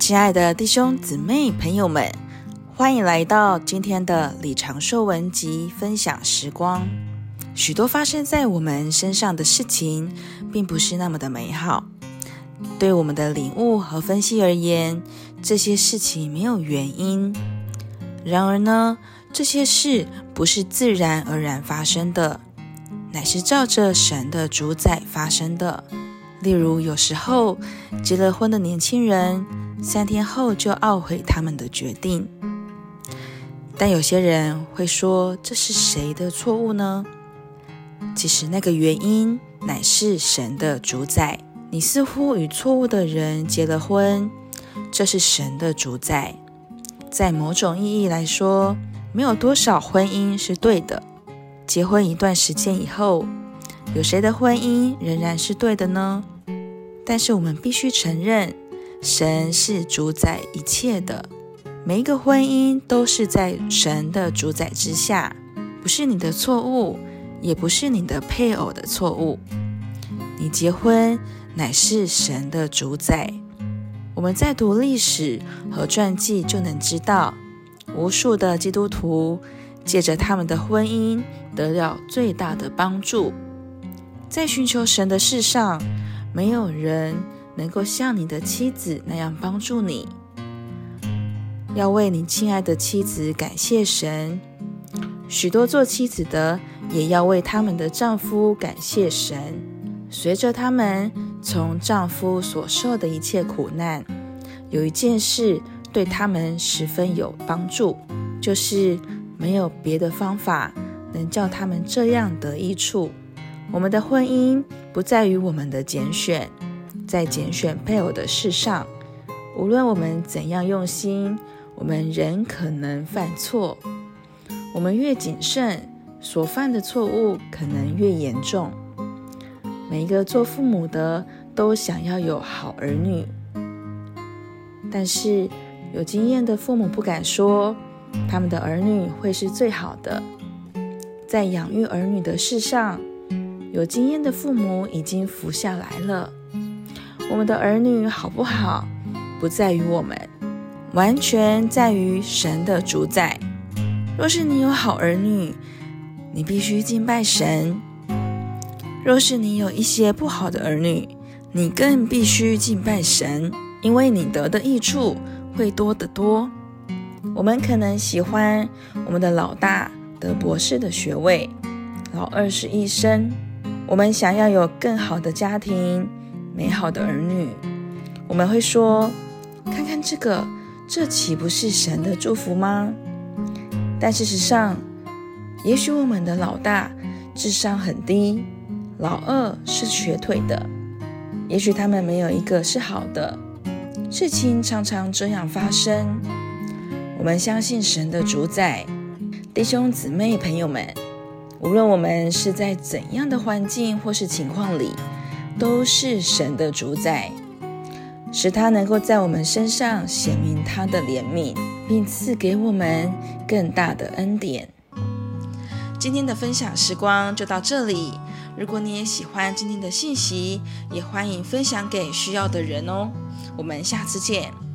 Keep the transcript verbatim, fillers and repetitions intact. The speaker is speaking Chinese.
亲爱的弟兄姊妹朋友们，欢迎来到今天的李长寿文集分享时光。许多发生在我们身上的事情并不是那么的美好，对我们的领悟和分析而言，这些事情没有原因。然而呢，这些事不是自然而然发生的，乃是照着神的主宰发生的。例如，有时候结了婚的年轻人三天后就懊悔他们的决定。但有些人会说，这是谁的错误呢？其实那个原因乃是神的主宰。你似乎与错误的人结了婚，这是神的主宰。在某种意义来说，没有多少婚姻是对的。结婚一段时间以后，有谁的婚姻仍然是对的呢？但是我们必须承认，神是主宰一切的。每一个婚姻都是在神的主宰之下，不是你的错误，也不是你的配偶的错误。你结婚乃是神的主宰。我们在读历史和传记就能知道，无数的基督徒借着他们的婚姻得了最大的帮助。在寻求神的事上，没有人能够像你的妻子那样帮助你。要为你亲爱的妻子感谢神，许多做妻子的也要为他们的丈夫感谢神。随着他们从丈夫所受的一切苦难，有一件事对他们十分有帮助，就是没有别的方法能叫他们这样得益处。我们的婚姻不在于我们的拣选，在拣选配偶的事上，无论我们怎样用心，我们仍可能犯错。我们越谨慎，所犯的错误可能越严重。每一个做父母的都想要有好儿女，但是有经验的父母不敢说他们的儿女会是最好的。在养育儿女的事上，有经验的父母已经服下来了。我们的儿女好不好，不在于我们，完全在于神的主宰。若是你有好儿女，你必须敬拜神；若是你有一些不好的儿女，你更必须敬拜神，因为你得的益处会多得多。我们可能喜欢我们的老大得博士的学位，老二是医生，我们想要有更好的家庭，美好的儿女。我们会说，看看这个，这岂不是神的祝福吗？但事实上，也许我们的老大智商很低，老二是瘸腿的，也许他们没有一个是好的。事情常常这样发生。我们相信神的主宰。弟兄姊妹朋友们，无论我们是在怎样的环境或是情况里，都是神的主宰，使他能够在我们身上显明他的怜悯，并赐给我们更大的恩典。今天的分享时光就到这里。如果你也喜欢今天的信息，也欢迎分享给需要的人哦。我们下次见。